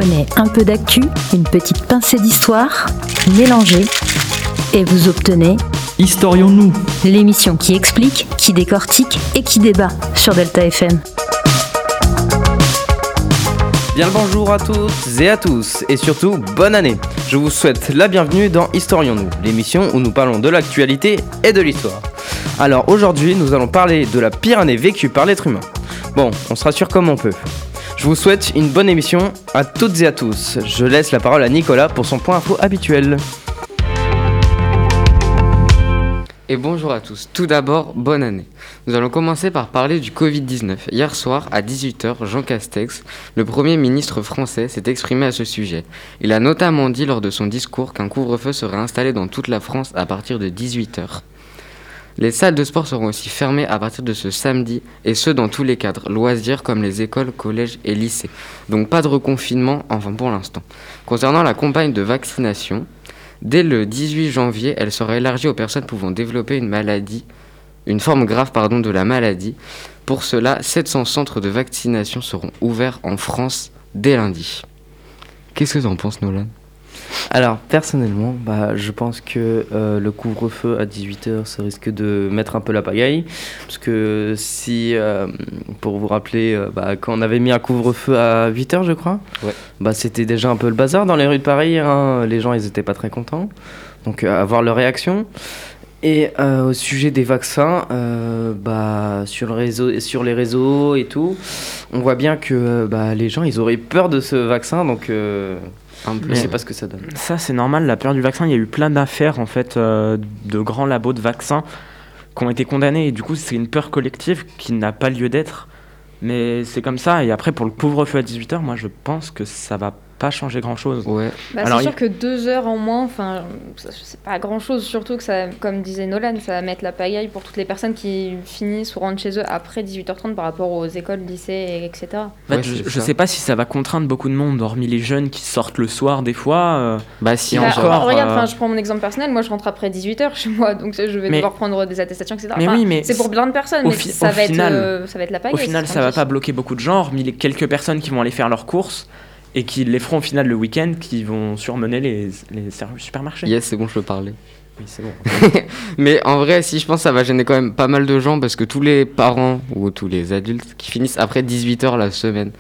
Prenez un peu d'actu, une petite pincée d'histoire, mélangez et vous obtenez Historions-nous, l'émission qui explique, qui décortique et qui débat sur Delta FM. Bien le bonjour à toutes et à tous, et surtout bonne année. Je vous souhaite la bienvenue dans Historions-nous, l'émission où nous parlons de l'actualité et de l'histoire. Alors aujourd'hui, nous allons parler de la pire année vécue par l'être humain. Bon, on se rassure comme on peut. Je vous souhaite une bonne émission à toutes et à tous. Je laisse la parole à Nicolas pour son point info habituel. Et bonjour à tous. Tout d'abord, bonne année. Nous allons commencer par parler du Covid-19. Hier soir, à 18h, Jean Castex, le Premier ministre français, s'est exprimé à ce sujet. Il a notamment dit lors de son discours qu'un couvre-feu serait installé dans toute la France à partir de 18h. Les salles de sport seront aussi fermées à partir de ce samedi, et ce dans tous les cadres, loisirs comme les écoles, collèges et lycées. Donc pas de reconfinement, enfin pour l'instant. Concernant la campagne de vaccination, dès le 18 janvier, elle sera élargie aux personnes pouvant développer une forme grave de la maladie. Pour cela, 700 centres de vaccination seront ouverts en France dès lundi. Qu'est-ce que tu en penses, Nolan ? Alors personnellement, je pense que le couvre-feu à 18h, ça risque de mettre un peu la pagaille. Parce que si, pour vous rappeler, quand on avait mis un couvre-feu à 8h je crois, ouais. C'était déjà un peu le bazar dans les rues de Paris, hein. Les gens ils étaient pas très contents, donc à voir leur réaction. Et au sujet des vaccins, sur les réseaux et tout, on voit bien que les gens ils auraient peur de ce vaccin, donc... je ne sais pas ce que ça donne. Ça, c'est normal, la peur du vaccin. Il y a eu plein d'affaires en fait, de grands labos de vaccins qui ont été condamnés. Et du coup, c'est une peur collective qui n'a pas lieu d'être. Mais c'est comme ça. Et après, pour le couvre-feu à 18h, moi, je pense que ça va pas changer grand-chose. Ouais. Alors, c'est sûr que 2 heures en moins, c'est pas grand-chose. Surtout que ça, comme disait Nolan, ça va mettre la pagaille pour toutes les personnes qui finissent ou rentrent chez eux après 18h30 par rapport aux écoles, lycées, etc. Je sais pas si ça va contraindre beaucoup de monde, hormis les jeunes qui sortent le soir des fois. Regarde, je prends mon exemple personnel. Moi, je rentre après 18h chez moi, donc je vais devoir prendre des attestations, etc. Mais c'est pour plein de personnes, mais ça va être la pagaille. Au final, ça va pas bloquer beaucoup de gens, hormis les quelques personnes qui vont aller faire leurs courses et qui les feront au final le week-end, qui vont surmener les supermarchés. Yes, c'est bon, je peux parler. Oui, c'est bon. Mais en vrai, si je pense que ça va gêner quand même pas mal de gens, parce que tous les parents ou tous les adultes qui finissent après 18h la semaine,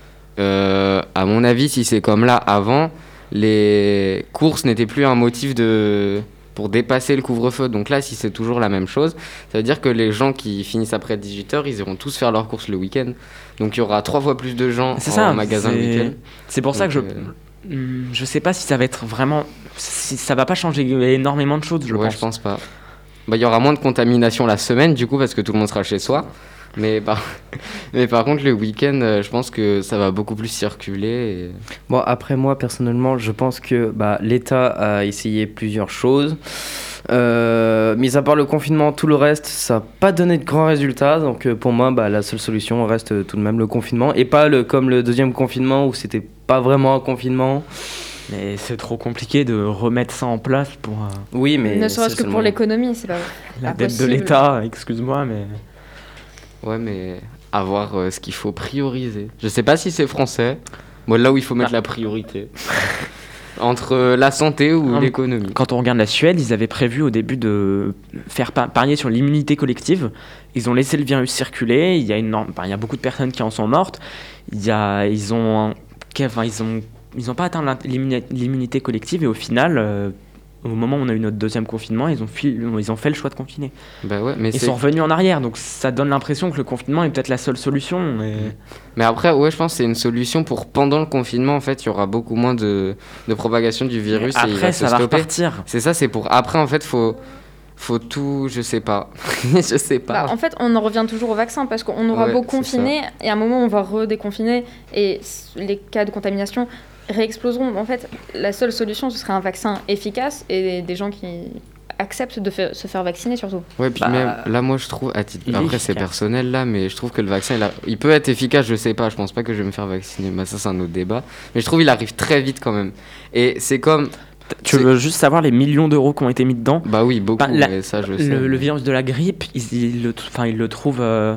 à mon avis, si c'est comme là avant, les courses n'étaient plus un motif pour dépasser le couvre-feu. Donc là, si c'est toujours la même chose, ça veut dire que les gens qui finissent après 18h, ils iront tous faire leurs courses le week-end. Donc il y aura 3 fois plus de gens en magasin le week-end. C'est pour ça que je sais pas si ça va être vraiment... Si ça va pas changer énormément de choses, je pense. Je pense pas. Il y aura moins de contamination la semaine, du coup, parce que tout le monde sera chez soi. Mais par contre, le week-end, je pense que ça va beaucoup plus circuler. Bon, après moi, personnellement, je pense que l'État a essayé plusieurs choses. Mis à part le confinement, tout le reste, ça n'a pas donné de grands résultats. Donc pour moi, la seule solution reste tout de même le confinement. Et pas comme le deuxième confinement où c'était pas vraiment un confinement. Mais c'est trop compliqué de remettre ça en place pour... Oui, mais... Ne serait-ce que pour l'économie, c'est pas la dette possible. De l'État, excuse-moi, mais... Ouais, mais à voir ce qu'il faut prioriser. Je sais pas si c'est français. Moi, là où il faut mettre la priorité. Entre la santé ou l'économie. Quand on regarde la Suède, ils avaient prévu au début de faire parier sur l'immunité collective. Ils ont laissé le virus circuler. Il y a beaucoup de personnes qui en sont mortes. Ils ont pas atteint l'immunité collective et au final... Au moment où on a eu notre deuxième confinement, ils ont fait le choix de confiner. Ils sont revenus en arrière, donc ça donne l'impression que le confinement est peut-être la seule solution. Mais après, je pense que c'est une solution pour pendant le confinement, en fait, il y aura beaucoup moins de propagation du virus. Après, et il va ça va repartir. C'est ça, c'est pour après, en fait, faut tout, je sais pas. Je sais pas. En fait, on en revient toujours au vaccin parce qu'on aura beau confiner et à un moment on va redéconfiner et les cas de contamination réexploseront. En fait, la seule solution ce serait un vaccin efficace et des gens qui acceptent de se faire vacciner surtout. Ouais, puis même là, moi je trouve, après c'est personnel là, mais je trouve que le vaccin il peut être efficace, je sais pas, je pense pas que je vais me faire vacciner, ça c'est un autre débat, mais je trouve il arrive très vite quand même. Et c'est comme... Tu veux juste savoir les millions d'euros qui ont été mis dedans ? Bah oui, beaucoup, mais ça je sais. Le virus de la grippe, ils le trouvent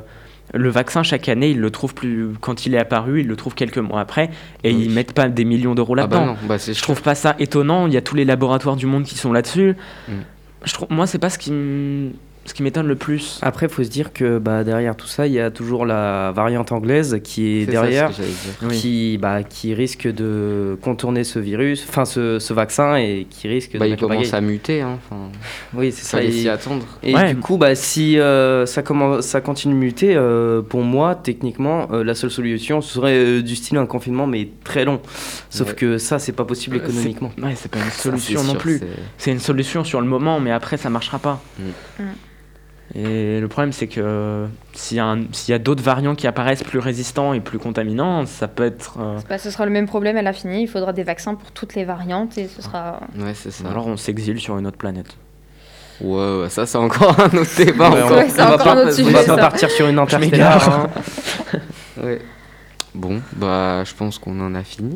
Le vaccin, chaque année, ils le trouvent plus. Quand il est apparu, ils le trouvent quelques mois après, et ils mettent pas des millions d'euros là-dedans. Je trouve pas ça étonnant. Il y a tous les laboratoires du monde qui sont là-dessus. Moi, c'est pas ce qui m'étonne le plus. Après, il faut se dire que derrière tout ça, il y a toujours la variante anglaise qui est derrière, qui risque de contourner ce virus, enfin ce vaccin, et qui risque de il commence à muter. Oui, c'est ça. Fallait s'y attendre. Et du coup, si ça continue de muter, pour moi, techniquement, la seule solution serait du style un confinement, mais très long. Sauf que ça, c'est pas possible économiquement. C'est pas une solution non plus. C'est une solution sur le moment, mais après, ça marchera pas. Et le problème, c'est que s'il y a d'autres variants qui apparaissent plus résistants et plus contaminants, ça peut être... ce sera le même problème à l'infini. Il faudra des vaccins pour toutes les variantes et ce sera... Ouais, c'est ça. Alors on s'exile sur une autre planète. Ouais, ça c'est encore un autre débat. On va pas partir sur une interstellaire. Ouais. Bon, je pense qu'on en a fini.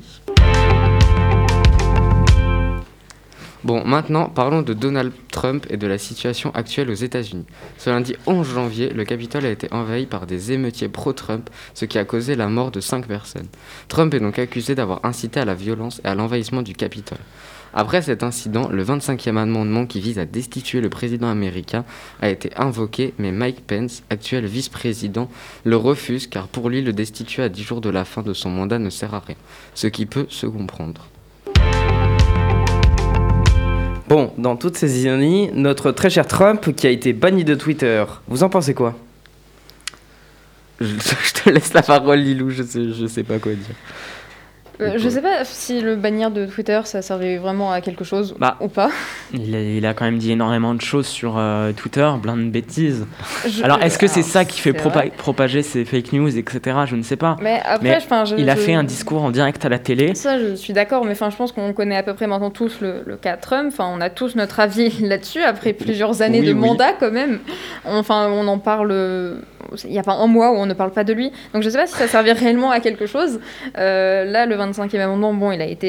Bon, maintenant, parlons de Donald Trump et de la situation actuelle aux États-Unis. Ce lundi 11 janvier, le Capitole a été envahi par des émeutiers pro-Trump, ce qui a causé la mort de 5 personnes. Trump est donc accusé d'avoir incité à la violence et à l'envahissement du Capitole. Après cet incident, le 25e amendement qui vise à destituer le président américain a été invoqué, mais Mike Pence, actuel vice-président, le refuse car pour lui, le destituer à 10 jours de la fin de son mandat ne sert à rien, ce qui peut se comprendre. Bon, dans toutes ces ironies, notre très cher Trump qui a été banni de Twitter, vous en pensez quoi ? Je te laisse la parole, Lilou, je sais pas quoi dire. Je sais pas si le bannir de Twitter ça servait vraiment à quelque chose ou pas. Il a quand même dit énormément de choses sur Twitter, plein de bêtises. Alors est-ce que c'est ça qui fait propager ces fake news, etc. Je ne sais pas. Mais après, il a fait un discours en direct à la télé. Ça, je suis d'accord, mais je pense qu'on connaît à peu près maintenant tous le cas Trump. On a tous notre avis là-dessus après plusieurs années de mandat quand même. On en parle. Il n'y a pas un mois où on ne parle pas de lui. Donc je ne sais pas si ça servait réellement à quelque chose. Là, le 25e amendement,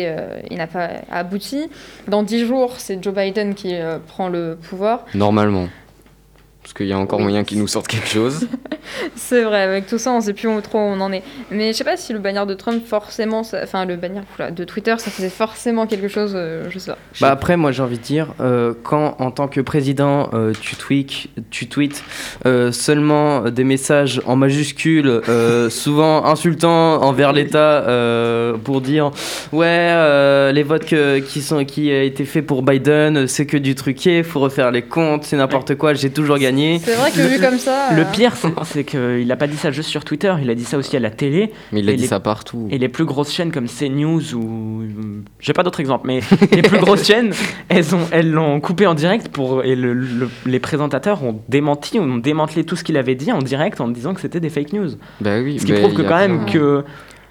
il n'a pas abouti. Dans 10 jours, c'est Joe Biden qui prend le pouvoir. Normalement. Parce qu'il y a encore moyen qu'il nous sorte quelque chose. C'est vrai, avec tout ça, on ne sait plus trop où on en est. Mais je ne sais pas si le bannir de Trump, forcément... le bannir de Twitter, ça faisait forcément quelque chose, je sais pas. Après, moi, j'ai envie de dire, quand, en tant que président, tu tweets seulement des messages en majuscules, souvent insultants envers l'État, pour dire « Ouais, les votes qui a été fait pour Biden, c'est que du truqué, il faut refaire les comptes, c'est n'importe quoi, j'ai toujours gagné. » C'est vrai que vu comme ça... Le pire, c'est qu'il n'a pas dit ça juste sur Twitter, il a dit ça aussi à la télé. Mais il a dit ça partout. Et les plus grosses chaînes comme CNews ou... J'ai pas d'autres exemples, mais les plus grosses chaînes, elles l'ont coupé en direct et les présentateurs ont démantelé tout ce qu'il avait dit en direct en disant que c'était des fake news. Bah oui, ce qui prouve que quand même que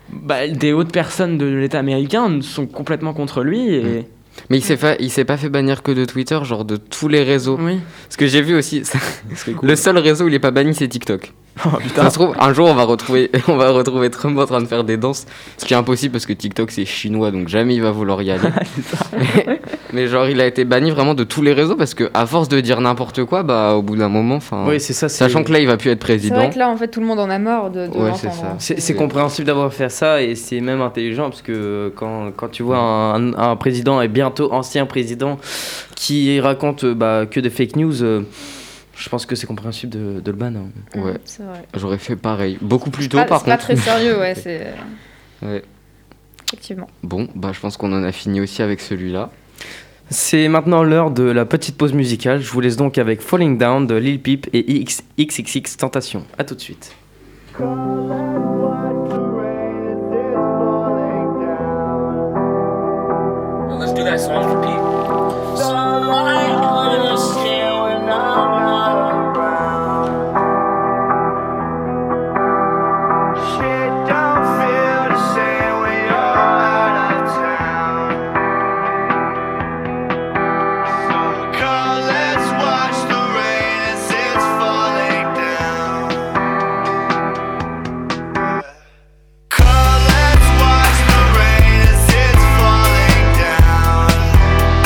des hautes personnes de l'État américain sont complètement contre lui et... Mais il s'est pas fait bannir que de Twitter, genre de tous les réseaux. Oui. Ce que j'ai vu aussi, cool. Le seul réseau où il est pas banni, c'est TikTok. Oh, putain. Ça se trouve, un jour on va retrouver Trump en train de faire des danses, ce qui est impossible parce que TikTok c'est chinois, donc jamais il va vouloir y aller. C'est ça. mais genre il a été banni vraiment de tous les réseaux parce que à force de dire n'importe quoi, au bout d'un moment, oui, c'est ça, sachant que là il va plus être président. C'est vrai que là en fait tout le monde en a marre de l'entendre. C'est compréhensible d'avoir fait ça et c'est même intelligent parce que quand tu vois un président et bientôt ancien président qui raconte que des fake news. Je pense que c'est compréhensible de le ban. Ouais, c'est vrai. J'aurais fait pareil. Beaucoup plus tôt, par contre. C'est pas très sérieux, ouais. Ouais. Effectivement. Bon, je pense qu'on en a fini aussi avec celui-là. C'est maintenant l'heure de la petite pause musicale. Je vous laisse donc avec Falling Down de Lil Peep et XXX Tentation. A tout de suite. Let's do that song for Pete. Come, let's watch the rain as it's falling down.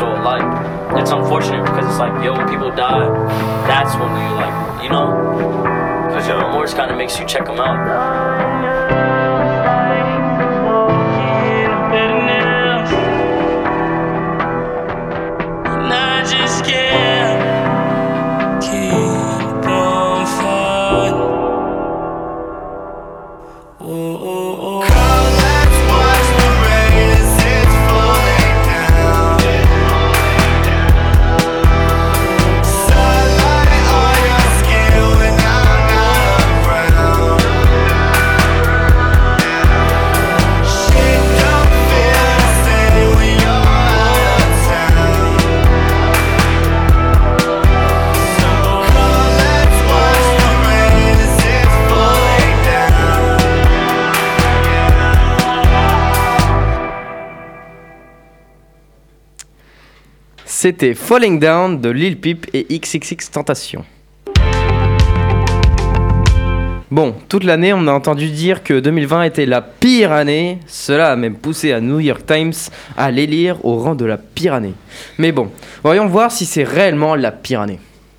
So like, it's unfortunate because it's like, yo, when people die, that's when you like, you know, because your remorse kind of makes you check them out. C'était Falling Down de Lil Peep et XXXTentacion. Bon, toute l'année, on a entendu dire que 2020 était la pire année. Cela a même poussé à New York Times à l'élire au rang de la pire année. Mais bon, voyons voir si c'est réellement la pire année.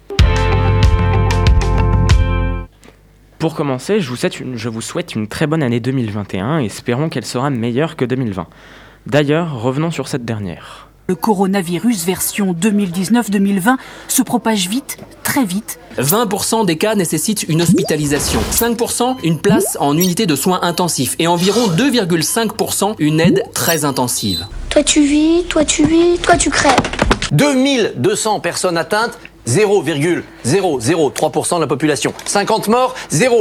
Pour commencer, je vous souhaite une très bonne année 2021 et espérons qu'elle sera meilleure que 2020. D'ailleurs, revenons sur cette dernière. Le coronavirus version 2019-2020 se propage vite, très vite. 20% des cas nécessitent une hospitalisation, 5% une place en unité de soins intensifs et environ 2,5% une aide très intensive. Toi tu vis, toi tu crèves. 2200 personnes atteintes, 0,003% de la population. 50 morts,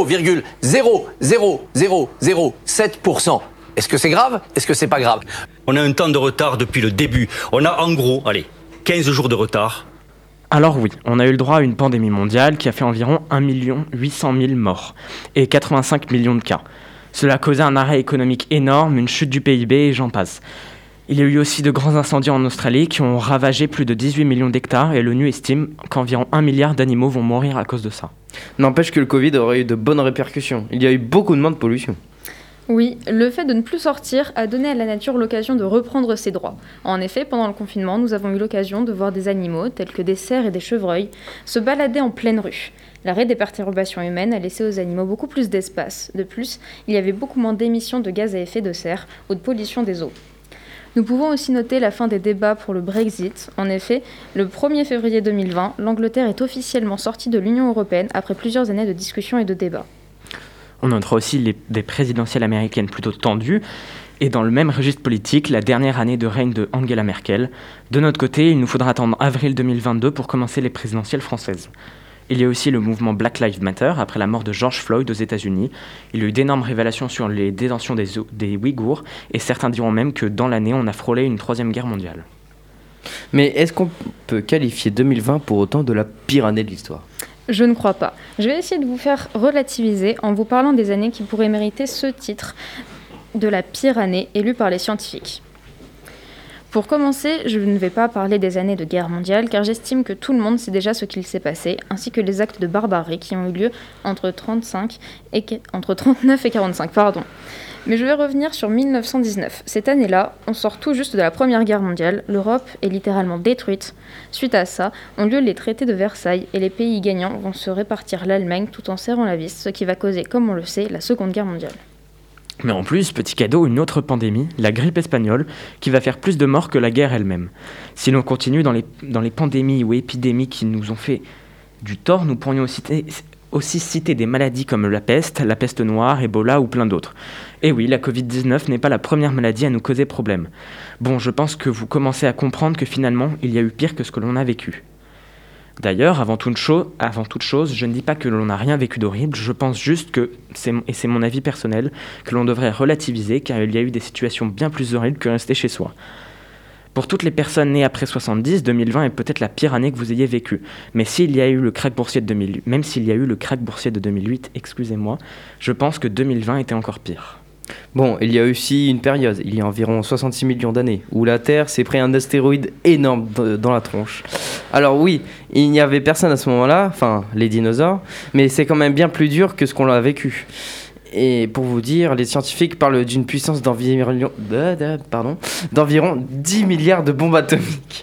0,00007%. Est-ce que c'est grave? Est-ce que c'est pas grave? On a un temps de retard depuis le début. On a en gros, 15 jours de retard. Alors oui, on a eu le droit à une pandémie mondiale qui a fait environ 1 800 000 morts et 85 millions de cas. Cela a causé un arrêt économique énorme, une chute du PIB et j'en passe. Il y a eu aussi de grands incendies en Australie qui ont ravagé plus de 18 millions d'hectares et l'ONU estime qu'environ 1 milliard d'animaux vont mourir à cause de ça. N'empêche que le Covid aurait eu de bonnes répercussions. Il y a eu beaucoup moins de pollution. Oui, le fait de ne plus sortir a donné à la nature l'occasion de reprendre ses droits. En effet, pendant le confinement, nous avons eu l'occasion de voir des animaux, tels que des cerfs et des chevreuils, se balader en pleine rue. L'arrêt des perturbations humaines a laissé aux animaux beaucoup plus d'espace. De plus, il y avait beaucoup moins d'émissions de gaz à effet de serre ou de pollution des eaux. Nous pouvons aussi noter la fin des débats pour le Brexit. En effet, le 1er février 2020, l'Angleterre est officiellement sortie de l'Union européenne après plusieurs années de discussions et de débats. On notera aussi des présidentielles américaines plutôt tendues. Et dans le même registre politique, la dernière année de règne de Angela Merkel. De notre côté, il nous faudra attendre avril 2022 pour commencer les présidentielles françaises. Il y a aussi le mouvement Black Lives Matter après la mort de George Floyd aux États-Unis. Il y a eu d'énormes révélations sur les détentions des Ouïghours et certains diront même que dans l'année, on a frôlé une 3e guerre mondiale. Mais est-ce qu'on peut qualifier 2020 pour autant de la pire année de l'histoire ? Je ne crois pas. Je vais essayer de vous faire relativiser en vous parlant des années qui pourraient mériter ce titre de la pire année élue par les scientifiques. Pour commencer, je ne vais pas parler des années de guerre mondiale car j'estime que tout le monde sait déjà ce qu'il s'est passé, ainsi que les actes de barbarie qui ont eu lieu entre 39 et 45. Mais je vais revenir sur 1919. Cette année-là, on sort tout juste de la Première Guerre mondiale, l'Europe est littéralement détruite. Suite à ça, ont lieu les traités de Versailles et les pays gagnants vont se répartir l'Allemagne tout en serrant la vis, ce qui va causer, comme on le sait, la Seconde Guerre mondiale. Mais en plus, petit cadeau, une autre pandémie, la grippe espagnole, qui va faire plus de morts que la guerre elle-même. Si l'on continue dans les pandémies ou épidémies qui nous ont fait du tort, nous pourrions aussi citer des maladies comme la peste noire, Ebola ou plein d'autres. Et oui, la Covid-19 n'est pas la première maladie à nous causer problème. Bon, je pense que vous commencez à comprendre que finalement, il y a eu pire que ce que l'on a vécu. D'ailleurs, avant toute chose, je ne dis pas que l'on n'a rien vécu d'horrible, je pense juste que, et c'est mon avis personnel, que l'on devrait relativiser car il y a eu des situations bien plus horribles que rester chez soi. Pour toutes les personnes nées après 70, 2020 est peut-être la pire année que vous ayez vécue. Mais s'il y a eu le krach boursier de 2008, même s'il y a eu le krach boursier de 2008, excusez-moi, je pense que 2020 était encore pire. Bon, il y a aussi une période, il y a environ 66 millions d'années, où la Terre s'est pris un astéroïde énorme dans la tronche. Alors oui, il n'y avait personne à ce moment-là, enfin les dinosaures, mais c'est quand même bien plus dur que ce qu'on a vécu. Et pour vous dire, les scientifiques parlent d'une puissance d'environ 10 milliards de bombes atomiques.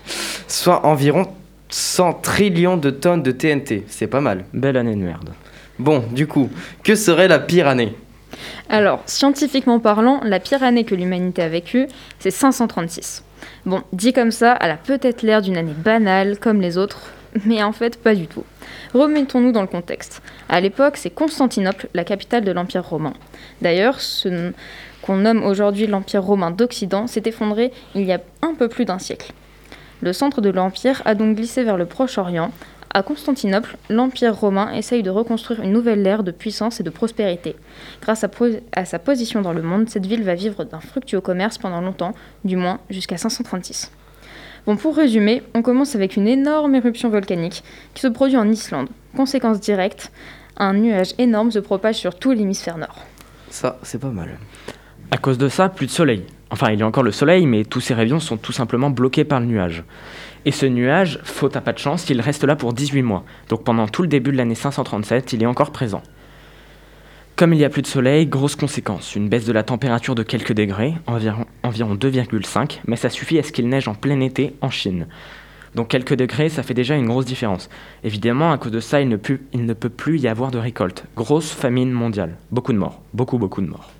soit environ 100 trillions de tonnes de TNT. C'est pas mal. Belle année de merde. Bon, du coup, que serait la pire année ? Alors, scientifiquement parlant, la pire année que l'humanité a vécue, c'est 536. Bon, dit comme ça, elle a peut-être l'air d'une année banale, comme les autres, mais en fait, pas du tout. Remettons-nous dans le contexte. À l'époque, c'est Constantinople, la capitale de l'Empire romain. D'ailleurs, ce qu'on nomme aujourd'hui l'Empire romain d'Occident s'est effondré il y a un peu plus d'un siècle. Le centre de l'Empire a donc glissé vers le Proche-Orient. À Constantinople, l'Empire romain essaye de reconstruire une nouvelle ère de puissance et de prospérité. Grâce à sa position dans le monde, cette ville va vivre d'un fructueux commerce pendant longtemps, du moins jusqu'à 536. Bon, pour résumer, on commence avec une énorme éruption volcanique qui se produit en Islande. Conséquence directe, un nuage énorme se propage sur tout l'hémisphère nord. Ça, c'est pas mal. À cause de ça, plus de soleil. Enfin, il y a encore le soleil, mais tous ces rayons sont tout simplement bloqués par le nuage. Et ce nuage, faute à pas de chance, il reste là pour 18 mois. Donc pendant tout le début de l'année 537, il est encore présent. Comme il n'y a plus de soleil, grosse conséquence, une baisse de la température de quelques degrés, environ 2,5, mais ça suffit à ce qu'il neige en plein été en Chine. Donc quelques degrés, ça fait déjà une grosse différence. Évidemment, à cause de ça, il ne peut plus y avoir de récolte. Grosse famine mondiale. Beaucoup de morts. Beaucoup de morts.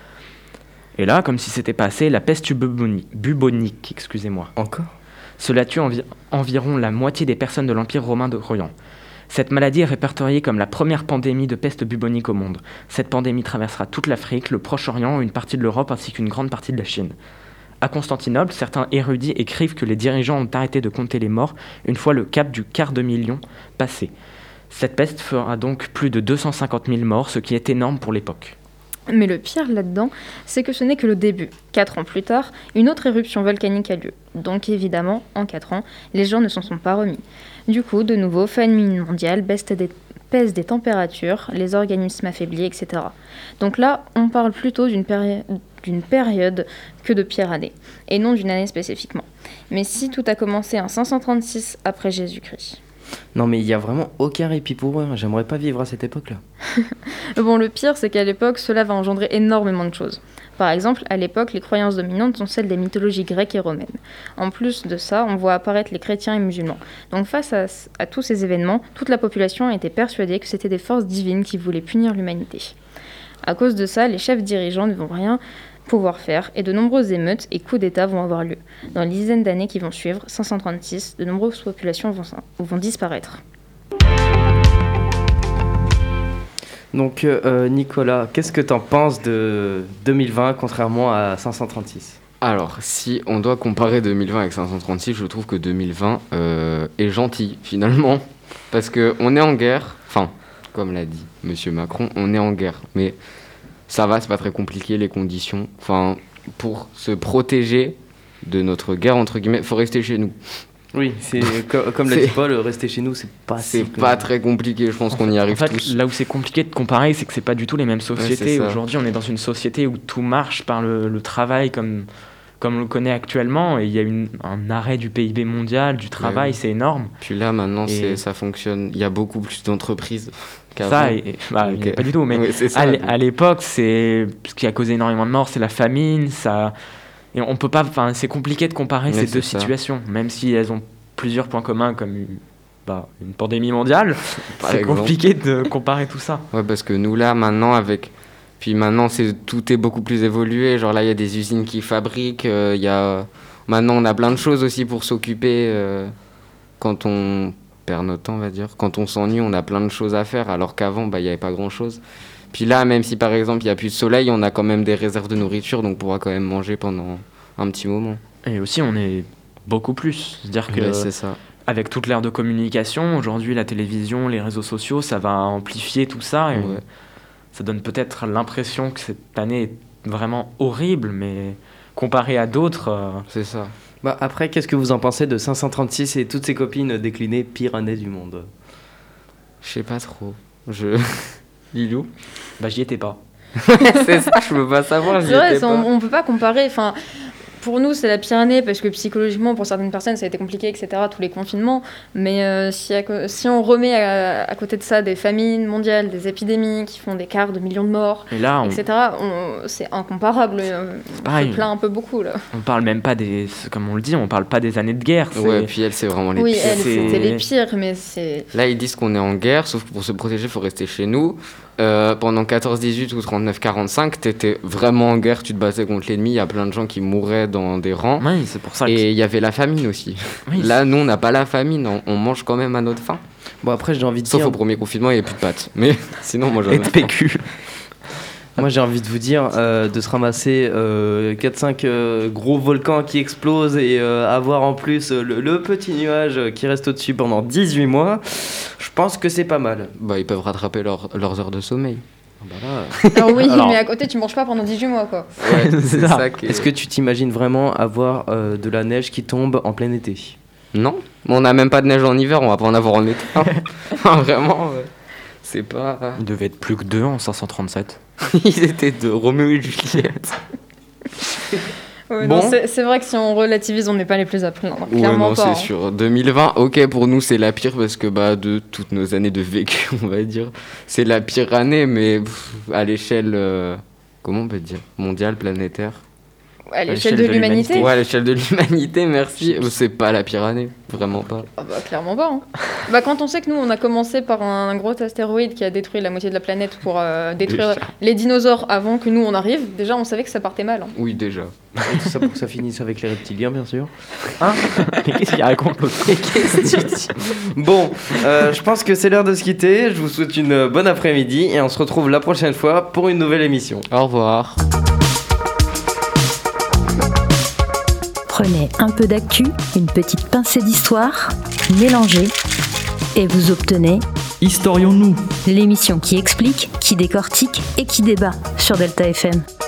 Et là, comme si c'était pas assez, la peste bubonique, excusez-moi. Encore ? Cela tue environ la moitié des personnes de l'Empire romain d'Orient. Cette maladie est répertoriée comme la première pandémie de peste bubonique au monde. Cette pandémie traversera toute l'Afrique, le Proche-Orient, une partie de l'Europe ainsi qu'une grande partie de la Chine. À Constantinople, certains érudits écrivent que les dirigeants ont arrêté de compter les morts une fois le cap du quart de million passé. Cette peste fera donc plus de 250 000 morts, ce qui est énorme pour l'époque. Mais le pire là-dedans, c'est que ce n'est que le début. 4 ans plus tard, une autre éruption volcanique a lieu. Donc évidemment, en 4 ans, les gens ne s'en sont pas remis. Du coup, de nouveau, famine mondiale, baisse des températures, les organismes affaiblis, etc. Donc là, on parle plutôt d'une période que de pire année, et non d'une année spécifiquement. Mais si tout a commencé en 536 après Jésus-Christ. Non mais il n'y a vraiment aucun répit pour eux, j'aimerais pas vivre à cette époque-là. Bon, le pire, c'est qu'à l'époque, cela va engendrer énormément de choses. Par exemple, à l'époque, les croyances dominantes sont celles des mythologies grecques et romaines. En plus de ça, on voit apparaître les chrétiens et musulmans. Donc face à tous ces événements, toute la population était persuadée que c'était des forces divines qui voulaient punir l'humanité. À cause de ça, les chefs dirigeants ne vont rien pouvoir faire et de nombreuses émeutes et coups d'État vont avoir lieu. Dans les dizaines d'années qui vont suivre, 536, de nombreuses populations vont disparaître. Donc Nicolas, qu'est-ce que t'en penses de 2020 contrairement à 536 ? Alors, si on doit comparer 2020 avec 536, je trouve que 2020 est gentil finalement, parce qu'on est en guerre, enfin, comme l'a dit Monsieur Macron, on est en guerre, mais ça va, c'est pas très compliqué les conditions. Enfin, pour se protéger de notre guerre, entre guillemets, faut rester chez nous. Oui, c'est comme l'a dit Paul, rester chez nous, c'est pas très compliqué, je pense qu'on y arrive en fait, tous. Là où c'est compliqué de comparer, c'est que c'est pas du tout les mêmes sociétés. Ouais, aujourd'hui, on est dans une société où tout marche par le travail comme on le connaît actuellement, et il y a un arrêt du PIB mondial, du travail, c'est énorme. Puis là, maintenant, ça fonctionne, il y a beaucoup plus d'entreprises qu'avant. Ça, pas du tout, mais à l'époque, ce qui a causé énormément de morts, c'est la famine, ça... Et on peut pas, c'est compliqué de comparer ces deux situations, même si elles ont plusieurs points communs comme une pandémie mondiale. C'est compliqué de comparer tout ça. Ouais, parce que nous là maintenant maintenant tout est beaucoup plus évolué. Genre là il y a des usines qui fabriquent, maintenant on a plein de choses aussi pour s'occuper quand on perd notre temps, on va dire. Quand on s'ennuie, on a plein de choses à faire, alors qu'avant il y avait pas grand chose. Puis là, même si par exemple il n'y a plus de soleil, on a quand même des réserves de nourriture, donc on pourra quand même manger pendant un petit moment. Et aussi, on est beaucoup plus. C'est-à-dire que c'est ça. Avec toute l'ère de communication, aujourd'hui la télévision, les réseaux sociaux, ça va amplifier tout ça. Et ça donne peut-être l'impression que cette année est vraiment horrible, mais comparée à d'autres... C'est ça. Après, qu'est-ce que vous en pensez de 536 et toutes ses copines déclinées pire année du monde ? Je sais pas trop. Lilou ? J'y étais pas. C'est ça, je peux pas savoir. C'est vrai, on peut pas comparer. pour nous, c'est la pire année parce que psychologiquement, pour certaines personnes, ça a été compliqué, etc., tous les confinements. Mais si on remet à côté de ça des famines mondiales, des épidémies qui font des quarts de millions de morts, etc., c'est incomparable. On se plaint un peu beaucoup, là. On parle même pas comme on le dit, on parle pas des années de guerre. Ouais, puis elle, c'est vraiment les pires. Oui, c'était les pires, mais c'est... Là, ils disent qu'on est en guerre, sauf que pour se protéger, il faut rester chez nous. Pendant 14-18 ou 39-45, t'étais vraiment en guerre, tu te battais contre l'ennemi, il y a plein de gens qui mouraient dans des rangs. Oui, c'est pour ça. Et il y avait la famine aussi. Oui, là, nous, on n'a pas la famine, on mange quand même à notre faim. Bon, après, j'ai envie de Sauf dire... au premier confinement, il n'y avait plus de pâtes. Mais sinon, moi, j'avais... Et de PQ. Moi, j'ai envie de vous dire, de se ramasser 4-5 gros volcans qui explosent et avoir en plus le petit nuage qui reste au-dessus pendant 18 mois, je pense que c'est pas mal. Bah, ils peuvent rattraper leurs heures de sommeil. Alors oui, mais à côté, tu manges pas pendant 18 mois, quoi. Ouais, c'est ça. Est-ce que tu t'imagines vraiment avoir de la neige qui tombe en plein été ? Non, on n'a même pas de neige en hiver, on va pas en avoir en été. Vraiment, c'est pas... Il devait être plus que 2 en 537. Ils étaient 2, Roméo et Juliette. Ouais, bon. C'est vrai que si on relativise, on n'est pas les plus à plaindre. Clairement non, pas. C'est sûr. 2020, ok, pour nous, c'est la pire parce que de toutes nos années de vécu, on va dire, c'est la pire année, mais à l'échelle, comment on peut dire, mondiale, planétaire. À l'échelle de l'humanité. Ouais, à l'échelle de l'humanité, merci. C'est pas la pire année, vraiment pas. Ah bah, clairement pas. Hein. Quand on sait que nous, on a commencé par un gros astéroïde qui a détruit la moitié de la planète pour détruire les dinosaures avant que nous, on arrive, déjà, on savait que ça partait mal. Hein. Oui, déjà. Et tout ça pour que ça finisse avec les reptiliens, bien sûr. Hein? Mais qu'est-ce qu'il raconte l'autre? Bon, je pense que c'est l'heure de se quitter. Je vous souhaite une bonne après-midi et on se retrouve la prochaine fois pour une nouvelle émission. Au revoir. Prenez un peu d'actu, une petite pincée d'histoire, mélangez et vous obtenez Historions-nous, l'émission qui explique, qui décortique et qui débat sur Delta FM.